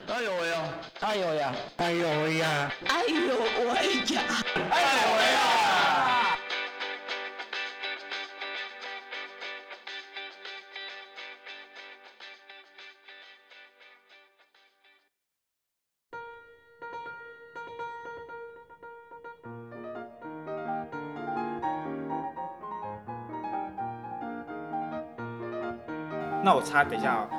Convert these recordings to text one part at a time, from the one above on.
哎呦喂呀！ 哎呦呀！ 哎呦喂呀！ 哎呦喂呀！ 哎呦喂呀！ 那我猜，等一下哦，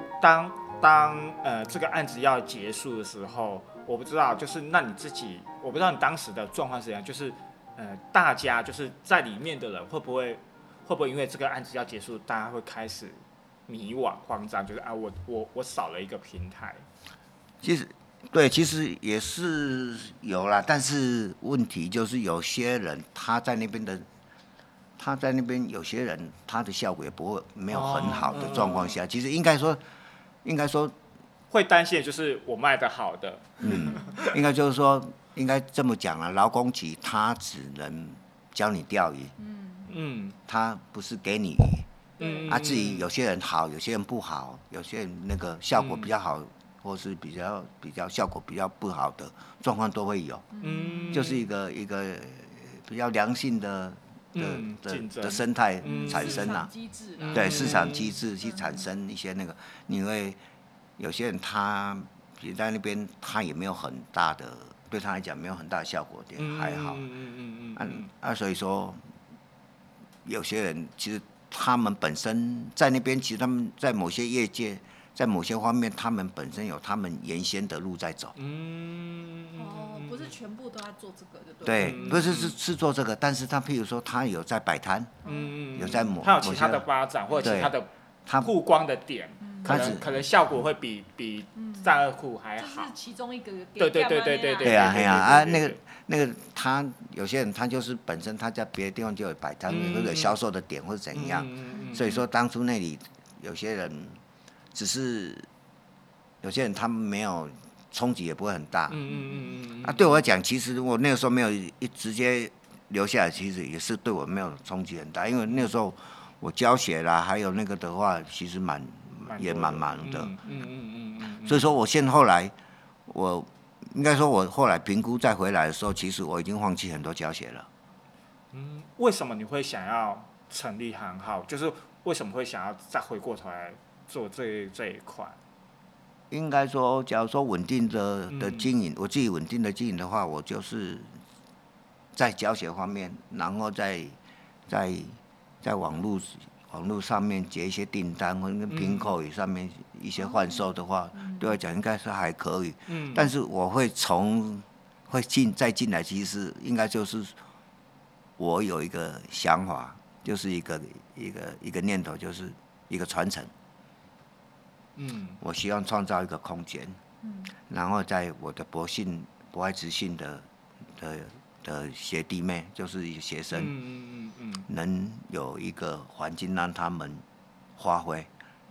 当这个案子要结束的时候，我不知道，就是那你自己，我不知道你当时的状况是怎样，就是大家就是在里面的人会不会因为这个案子要结束，大家会开始迷惘、慌张，就是啊，我少了一个平台。 其实对，其实也是有啦，但是问题就是有些人他在那边有些人他的效果也不会没有很好的状况下，其实应该说会担心的就是我卖的好的， 应该就是说应该这么讲啊，劳工局他只能教你钓鱼，他不是给你鱼，至于有些人好，有些人不好，有些人那个效果比较好，或是比较效果比较不好的状况都会有，就是一个比较良性的生态产生啦，对市场机制去产生一些那个，因为有些人他其实在那边他也没有很大的，对他来讲没有很大的效果点，还好，所以说有些人其实他们本身在那边，其实他们在某些业界，在某些方面，他们本身有他们原先的路在走。 不是全部都在做这个，就对，不是做这个，但是他譬如说他有在摆摊，有在他有其他的发展或者其他的曝光的点，可能效果会比战二库还好。 这是其中一个。 对啊，那个他有些人他就是本身他在别的地方就有摆摊，或者销售的点或者怎样，所以说当初那里有些人只是有些人他们没有冲击也不会很大，对我来讲，其实我那个时候没有直接留下来，其实也是对我没有冲击很大，因为那个时候我教学啦，还有那个的话，其实也蛮忙的，所以说我后来我应该说，我后来评估再回来的时候，其实我已经放弃很多教学了。 为什么你会想要成立行号？就是为什么会想要再回过头来做这一块？ 应该说，假如说稳定的经营，我自己稳定的经营的话，我就是在教学方面，然后在网络上面接一些订单，或者跟拼购语上面一些换售的话，对我来讲应该是还可以。但是我会再进来，其实应该就是我有一个想法，就是一个念头，就是一个传承。我希望创造一个空间，然后在我的博爱直信的学弟妹，就是学生，能有一个环境让他们发挥。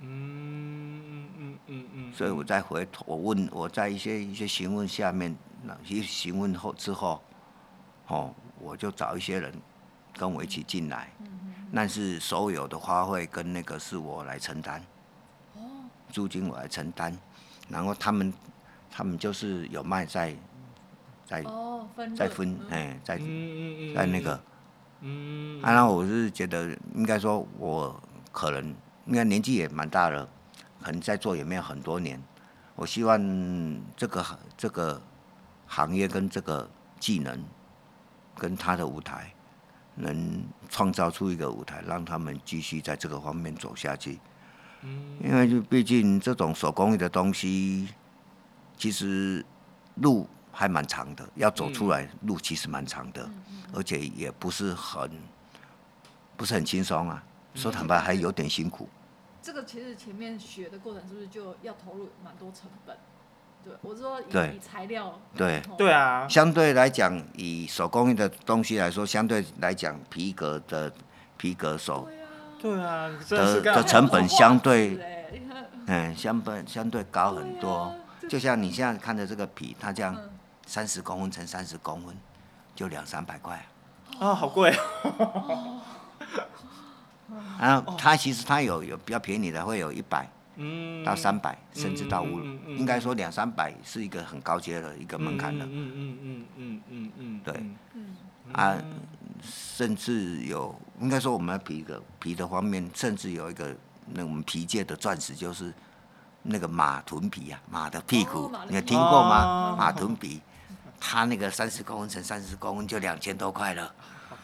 所以我再回头，我在一些询问下面，询问之后，我就找一些人跟我一起进来，但是所有的花费跟那个是我来承担。租金我来承担，然后他们就是有卖在分，在那个，然后我是觉得应该说，我可能应该年纪也蛮大了，可能在做也没有很多年，我希望这个行业跟这个技能跟他的舞台，能创造出一个舞台，让他们继续在这个方面走下去。因为毕竟这种手工艺的东西，其实路还蛮长的，要走出来路其实蛮长的，而且也不是很轻松啊。说坦白还有点辛苦。 这个其实前面学的过程是不是就要投入蛮多成本？对，我是说以材料。 对啊。相对来讲，以手工艺的东西来说，相对来讲皮革手。 对啊， 的成本相对，相对高很多。就像你现在看的这个皮，它这样30公分乘30公分，就200-300块。 好贵。 然后它其实它有比较便宜的，会有100， 到300，甚至到应该说200-300是一个很高阶的一个门槛了。对，甚至有应该说我们皮的方面，甚至有一个我们皮界的钻石，就是那个马臀皮啊，马的屁股，你有听过吗？马臀皮，它那个30公分乘30公分就2000多块了。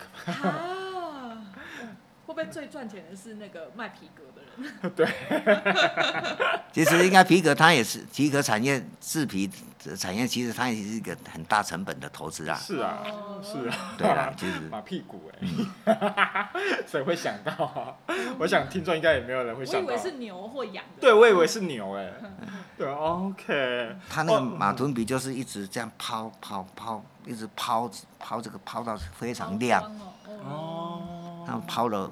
会不会最赚钱的是那个卖皮革的人？ 对， 其实应该皮革它也是皮革产业，制皮的产业，其实它也是一个很大成本的投资啊。 是啊，是啊。 对啦，其实马屁股谁会想到啊？我想听众应该也没有人会想到。 我以为是牛或羊的。 对，我以为是牛对 ，OK。 它那个马臀皮就是一直这样抛，一直抛这个抛到非常亮。他们抛了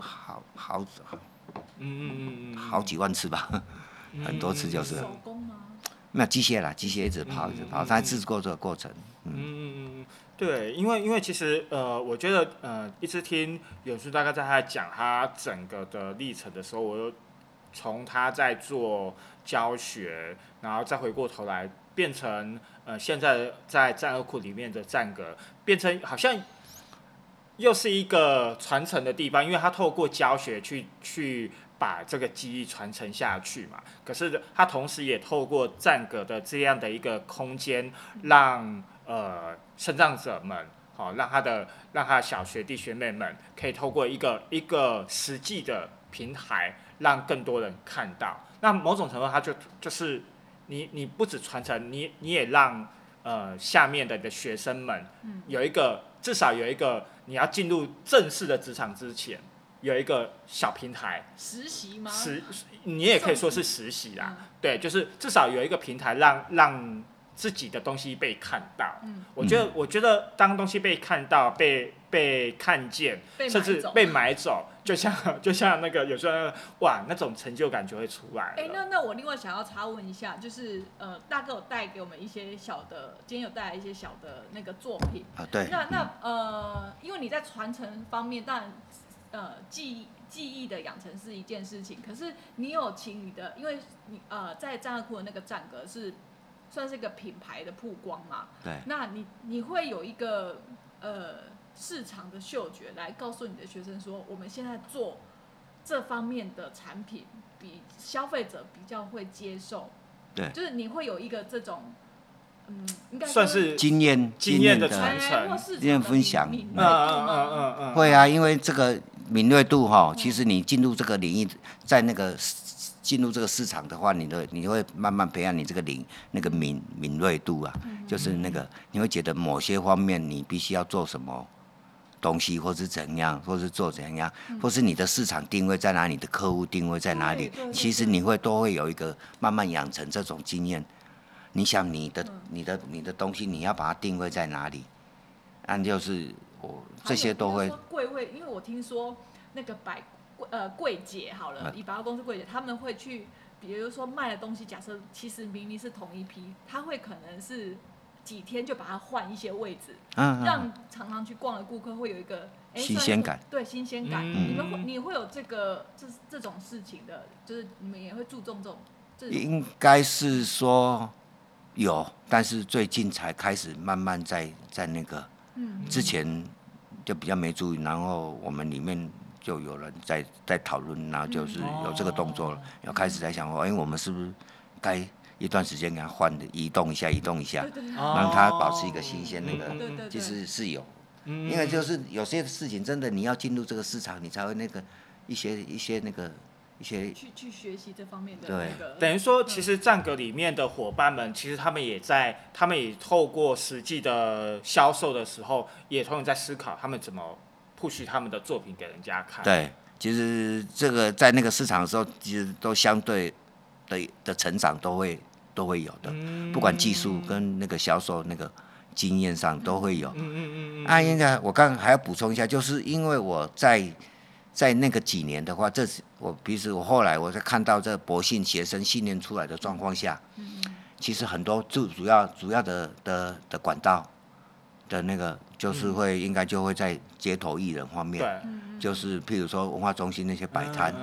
好几万次吧，很多次就是。 手工吗？ 没有机械啦，机械一直抛，它制作这个过程。 对，因为其实我觉得一直听永叔大概在他讲他整个的历程的时候，我又从他在做教学，然后再回过头来变成现在在战二库里面的战格，变成好像又是一个传承的地方，因为他透过教学去把这个技艺传承下去嘛。可是他同时也透过战格的这样的一个空间，让生长者们，让他的小学弟学妹们可以透过一个实际的平台，让更多人看到。那某种程度，它就是你不只传承，你也让下面的你的学生们至少有一个你要进入正式的职场之前，有一个小平台。 实习吗？ 你也可以说是实习啦。对，就是至少有一个平台让自己的东西被看到。我觉得当东西被看到、被看见，甚至被买走，就像那个有时候哇，那种成就感就会出来了。 那我另外想要插问一下，就是大哥有带给我们一些小的，今天有带来一些小的那个作品啊，对。 因为你在传承方面，当然记忆的养成是一件事情，可是你有请你的，因为你在战二库的那个战格是算是一个品牌的曝光嘛， 对。 那你会有一个市场的嗅觉来告诉你的学生说，我们现在做这方面的产品，比消费者比较会接受。 对， 就是你会有一个这种，应该算是经验的传承， 经验分享。 会啊，因为这个敏锐度其实你进入这个领域，在那个进入这个市场的话，你会慢慢培养你这个那个敏锐度啊，就是那个你会觉得某些方面你必须要做什么东西，或是怎样，或是做怎样，或是你的市场定位在哪里，你的客户定位在哪里，其实你都会有一个慢慢养成这种经验。你想你的东西，你要把它定位在哪里？就是这些都会。 柜位，因为我听说那个柜姐好了，以百货公司柜姐，他们会去，比如说卖的东西，假设其实明明是同一批，他会可能是几天就把它换一些位置，让常常去逛的顾客会有一个新鲜感。 对，新鲜感。你会有这种事情的，就是你们也会注重这种。 应该是说有，但是最近才开始慢慢在那个，之前就比较没注意，然后我们里面就有人在讨论，然后就是有这个动作了，要开始在想说，我们是不是该一段时间给它移动一下，让它保持一个新鲜那个，其实是有，因为就是有些事情真的你要进入这个市场，你才会那个一些那个。 去学习这方面的那个， 等于说，其实战格里面的伙伴们，其实他们也透过实际的销售的时候，也同样在思考他们怎么 push 他们的作品给人家看。 对，其实这个在那个市场的时候，其实都相对的成长都会有的，不管技术跟那个销售那个经验上都会有。应该我刚刚还要补充一下，就是因为我在那个几年的话，比如我后来我在看到这博信学生训练出来的状况下，其实很多主要的管道的那个就是应该就会在街头艺人方面，就是譬如说文化中心那些摆摊，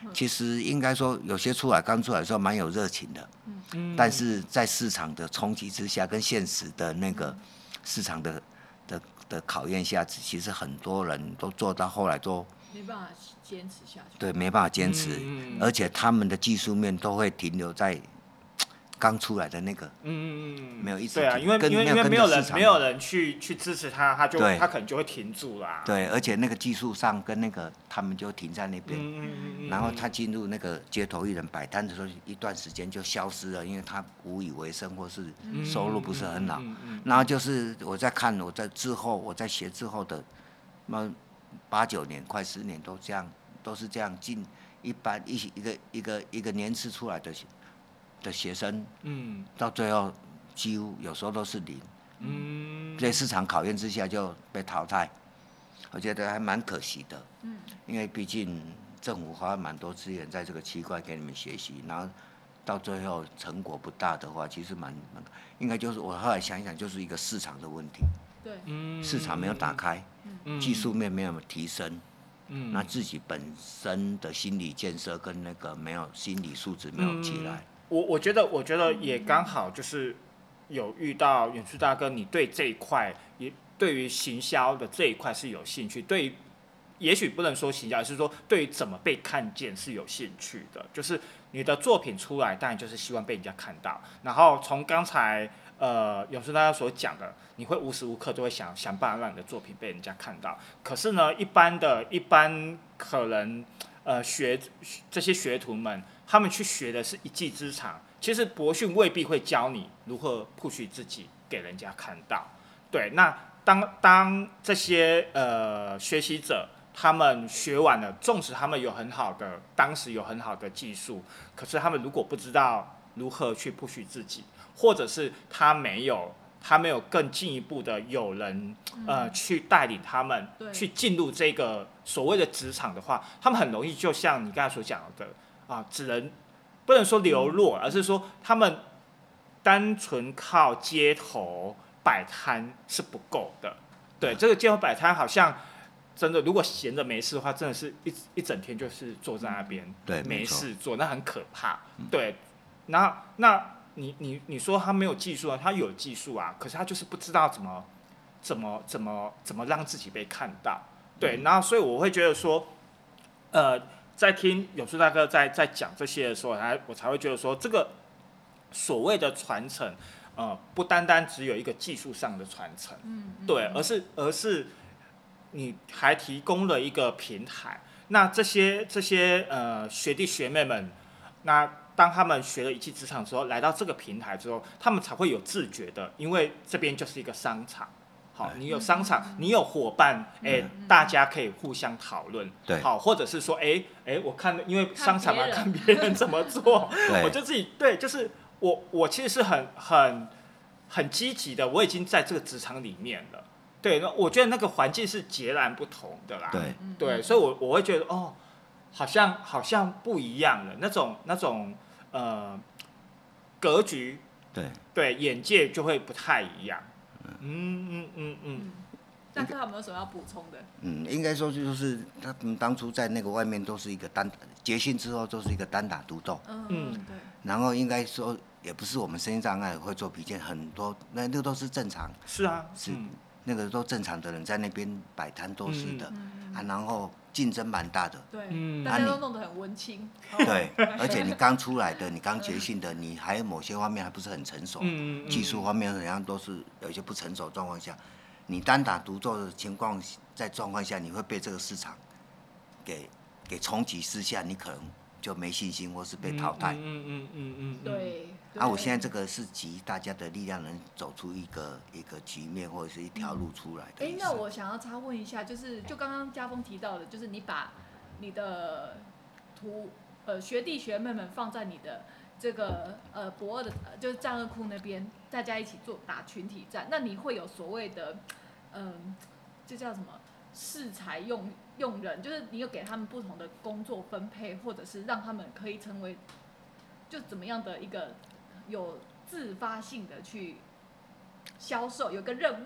其实应该说有些刚出来的时候蛮有热情的，但是在市场的冲击之下，跟现实的那个市场的考验下，其实很多人都做到后来都没办法坚持下去。 对，没办法坚持，而且他们的技术面都会停留在刚出来的那个，没有一直对啊，因为没有人去支持他，他可能就会停住啦。 对，而且那个技术上跟那个他们就停在那边，然后他进入那个街头艺人摆摊的时候，一段时间就消失了，因为他无以为生或是收入不是很好。然后就是我在看，我在学之后的，那8、9年快10年都是这样进一般一个年次出来的学生，到最后几乎有时候都是零，在市场考验之下就被淘汰，我觉得还蛮可惜的，因为毕竟政府花蛮多资源在这个区块给你们学习，然后到最后成果不大的话，其实应该就是我后来想一想，就是一个市场的问题， 对， 市场没有打开，技术面没有提升。那自己本身的心理建设跟那个没有心理素质没有起来， 我觉得也刚好就是有遇到远树大哥，你对这一块也对于行销的这一块是有兴趣，对于也许不能说行销，而是说对于怎么被看见是有兴趣的，就是你的作品出来，当然就是希望被人家看到，然后从刚才永顺大家所讲的，你会无时无刻都会想办法让你的作品被人家看到。可是呢，一般可能这些学徒们，他们去学的是一技之长，其实博训未必会教你如何 push 自己给人家看到。对，那当这些学习者他们学完了，纵使他们当时有很好的技术，可是他们如果不知道如何去 push 自己，或者是他没有更进一步的有人去带领他们去进入这个所谓的职场的话，他们很容易就像你刚才所讲的不能说流落，而是说他们单纯靠街头摆摊是不够的。对，这个街头摆摊好像真的，如果闲着没事的话，真的是一整天就是坐在那边，没事做，那很可怕。对，那你说他没有技术啊，他有技术啊，可是他就是不知道怎么让自己被看到。对，然后所以我会觉得说，在听永树大哥在讲这些的时候，我才会觉得说，这个所谓的传承，不单单只有一个技术上的传承，对，而是你还提供了一个平台。那这些学弟学妹们，那当他们学了一技之长之后，来到这个平台之后，他们才会有自觉的，因为这边就是一个商场。好，你有商场，你有伙伴，大家可以互相讨论，好，或者是说，我看，因为商场嘛，看别人怎么做，我就自己对，就是我其实是很积极的，我已经在这个职场里面了，对，那我觉得那个环境是截然不同的啦，对，所以我会觉得好像不一样了，那种格局，对，眼界就会不太一样。 大哥有没有什么要补充的？ 应该说就是他们当初在那个外面都是一个结训之后都是一个单打独斗， 对。 然后应该说也不是我们身心障碍会做比肩，很多那个都是正常， 是啊， 那个都正常的人在那边摆摊都是的，然后竞争蛮大的， 对，大家都弄得很文青， 对，而且你刚出来的，你刚结训的，你还有某些方面还不是很成熟，技术方面好像都是有一些不成熟状况下，你单打独斗的状况下，你会被这个市场给冲击之下，你可能就没信心或是被淘汰。 对。 我现在这个是集大家的力量，能走出一个局面或者是一条路出来的。 那我想要插问一下，就刚刚家峰提到的，就是你把你的学弟学妹们放在你的这个博二的就是战二库那边，大家一起打群体战，那你会有所谓的这叫什么适才用人，就是你有给他们不同的工作分配，或者是让他们可以成为就怎么样的一个有自发性的去销售，有个任务，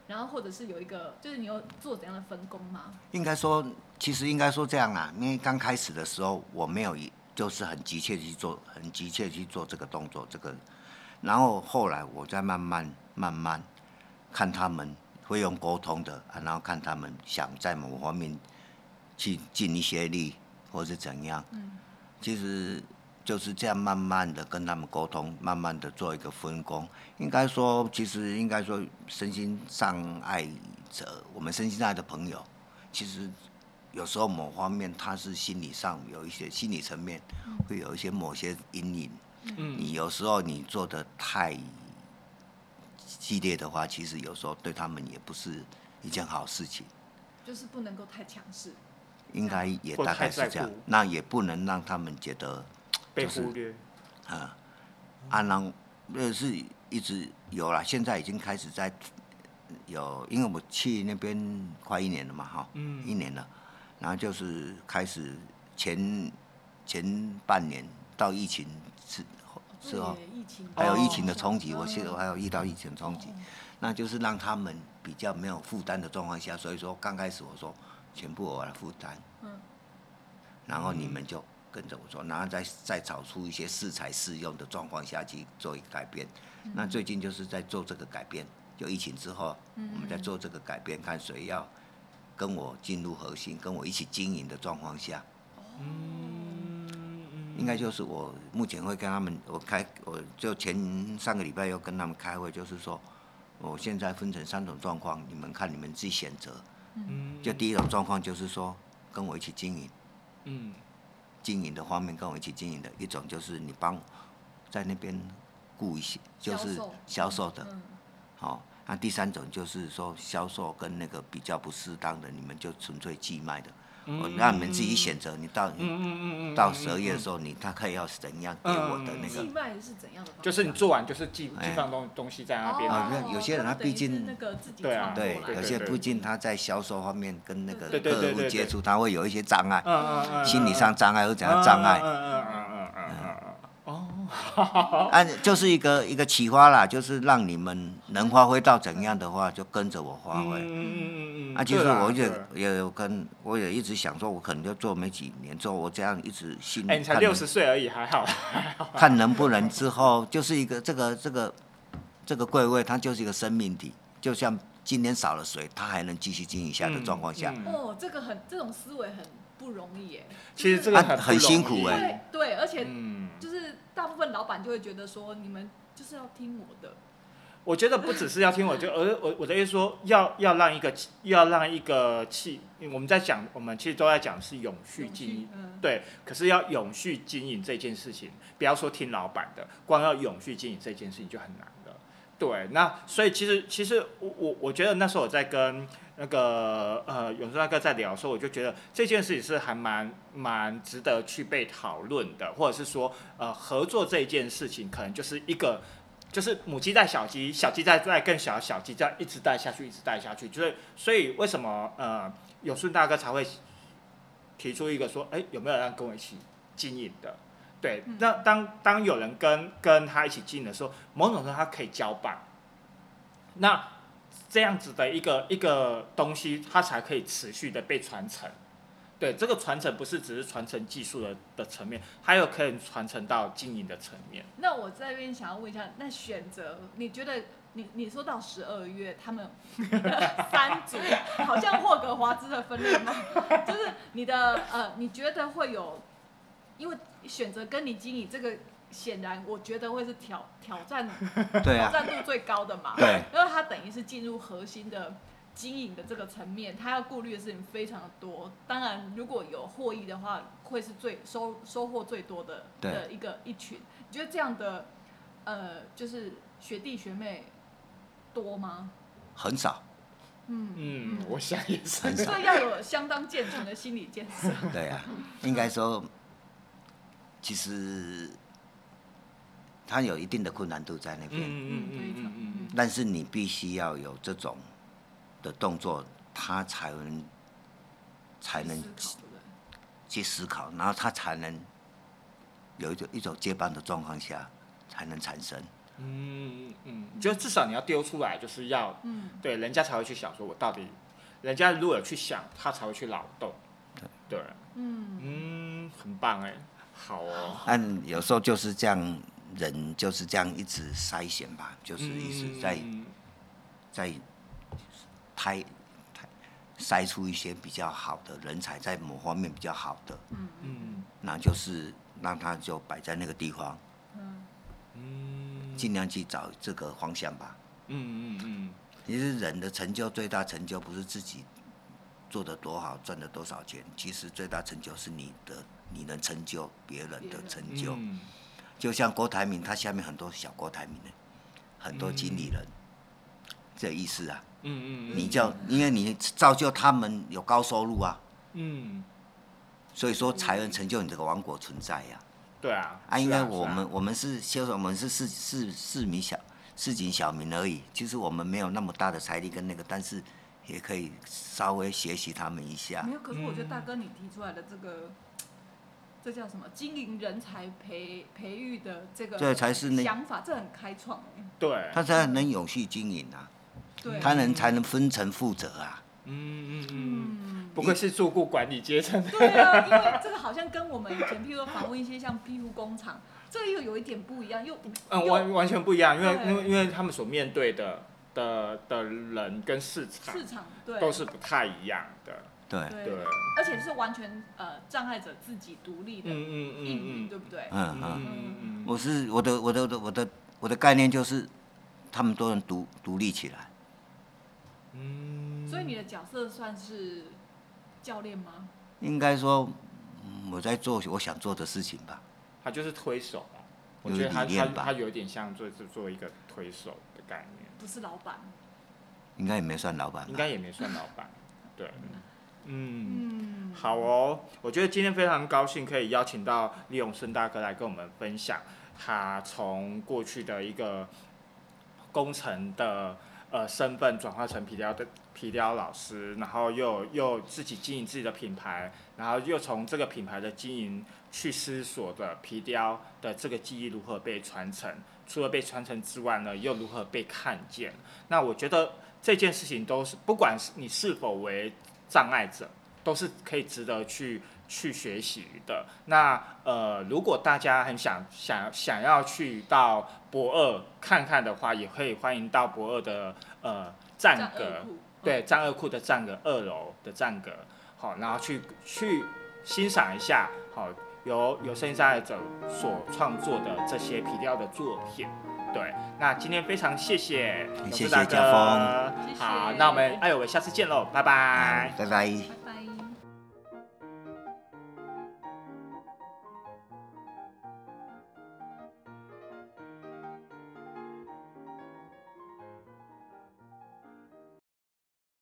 然后或者是有一个，就是你有做怎样的分工吗？ 其实应该说这样啦，因为刚开始的时候我没有就是很急切去做，这个动作，然后后来我再慢慢看他们会用沟通的，然后看他们想在某方面去尽一些力，或是怎样。其实就是这样慢慢的跟他们沟通，慢慢的做一个分工。其实应该说，身心障碍者，我们身心障碍的朋友，其实有时候某方面他是心理上有一些心理层面会有一些某些阴影。你有时候你做的太激烈的话，其实有时候对他们也不是一件好事情。 就是不能够太强势。 应该也大概是这样，那也不能让他们觉得被忽略。 然后是一直有啦，现在已经开始在有，因为我去那边快1年了嘛，1年了，然后就是开始前半年到疫情之后，还有疫情的冲击，我还有遇到疫情的冲击，那就是让他们比较没有负担的状况下，所以说刚开始我说全部我来负担，然后你们就跟着我做，然后再找出一些适才适用的状况下去做一个改变。那最近就是在做这个改变，就疫情之后，我们在做这个改变，看谁要跟我进入核心，跟我一起经营的状况下。应该就是我目前会跟他们，我就前3个礼拜又跟他们开会，就是说，我现在分成3种状况，你们看你们自己选择。就第一种状况就是说，跟我一起经营。经营的方面跟我一起经营的一种就是你帮在那边顾一些，就是销售的。那第3种就是说销售跟那个比较不适当的，你们就纯粹寄卖的。让你们自己选择，你到12月的时候，他可以要怎样给我的那个。 寄卖是怎样的方式？ 就是你做完就是寄放东西在那边。 有些人他毕竟对， 有些毕竟他在销售方面跟那个客户接触，他会有一些障碍，心理上障碍或怎样障碍。就是一个启发啦，就是让你们能发挥到怎样的话，就跟着我发挥。其实我也一直想说，我可能就做没几年之后，我这样一直心里。 你才60岁而已，还好。 看能不能之后就是一个这个柜位，它就是一个生命体，就像今天少了水，它还能继续经营下的状况下。 这种思维很不容易耶。 其实这个很辛苦哎。对，而且就是大部分老板就会觉得说，你们就是要听我的。 我觉得不只是要听我，我的意思说，要让一个我们其实都在讲是永续经营，对。可是要永续经营这件事情，不要说听老板的，光要永续经营这件事情就很难了。对，那所以其实我觉得那时候我在跟那个永顺大哥在聊的时候，我就觉得这件事情是还蛮值得去被讨论的，或者是说合作这件事情可能就是一个。就是母鸡带小鸡，小鸡带更小的小鸡，这样一直带下去，一直带下去。所以为什么永顺大哥才会提出一个说，有没有人跟我一起经营的？对，那当有人跟他一起经营的时候，某种程度他可以交办。那这样子的一个东西，它才可以持续的被传承。对，这个传承不是只是传承技术的层面，还有可以传承到经营的层面。 那我在这边想要问一下，那选择你觉得你说到12月，他们3组好像霍格华兹的分类吗？就是你觉得会有，因为选择跟你经营这个，显然我觉得会是挑战度最高的嘛。 对， 因为它等于是进入核心的。经营的这个层面，他要顾虑的事情非常的多。当然，如果有获益的话，会是收获最多的一群。你觉得这样的就是学弟学妹多吗？ 很少。 我想也是很少。所以要有相当健全的心理建设。 对啊，应该说，其实他有一定的困难度在那边。但是你必须要有这种。的动作，他才能去思考，然后他才能有一种接班的状况下才能产生。 就至少你要丢出来，就是要，对，人家才会去想说，我到底，人家如果有去想，他才会去劳动，对，很棒哎，好哦。 但有时候就是这样，人就是这样一直筛选吧，就是一直在筛出一些比较好的人才，在某方面比较好的，那就是让他就摆在那个地方，尽量去找这个方向吧。其实人的成就最大成就不是自己做得多好，赚了多少钱，其实最大成就是你能成就别人的成就。就像郭台铭，他下面很多小郭台铭的，很多经理人，这意思啊。因为你造就他们有高收入啊。所以说才能成就你这个王国存在呀。 对啊。 因为我们是市井小民而已，其实我们没有那么大的财力跟那个，但是也可以稍微学习他们一下。 没有，可是我觉得大哥你提出来的这叫什么？经营人才培育的这个想法，这很开创哎。 对。 他才能永续经营啊。 对。 他才能分层负责啊。 不愧是住户管理阶层。 对啊，因为这个好像跟我们以前，譬如说访问一些像庇护工厂，这个又有一点不一样， 完全不一样，因为他们所面对的人跟市场都是不太一样的。 对， 而且是完全障碍者自己独立的应用，对不对？ 我的概念就是，他们都能独立起来。 所以你的角色算是教练吗？ 应该说，我在做我想做的事情吧。 他就是推手吧，我觉得他有点像做一个推手的概念。 不是老板。 应该也没算老板。 应该也没算老板，对。好哦，我觉得今天非常高兴可以邀请到李永胜大哥来跟我们分享，他从过去的一个工程的身份转化成皮雕老师，然后又自己经营自己的品牌，然后又从这个品牌的经营去思索的皮雕的这个技艺如何被传承，除了被传承之外呢，又如何被看见。那我觉得这件事情都是，不管你是否为障碍者，都是可以值得去学习的。那如果大家很想要去到博二看看的话，也可以欢迎到博二的站阁，对，战二库的站阁2楼的站阁，好，然后去欣赏一下，好，由身心障碍者所创作的这些皮雕的作品。对，那今天非常谢谢家峰， 好，那我们艾有为下次见喽，拜拜， 拜拜。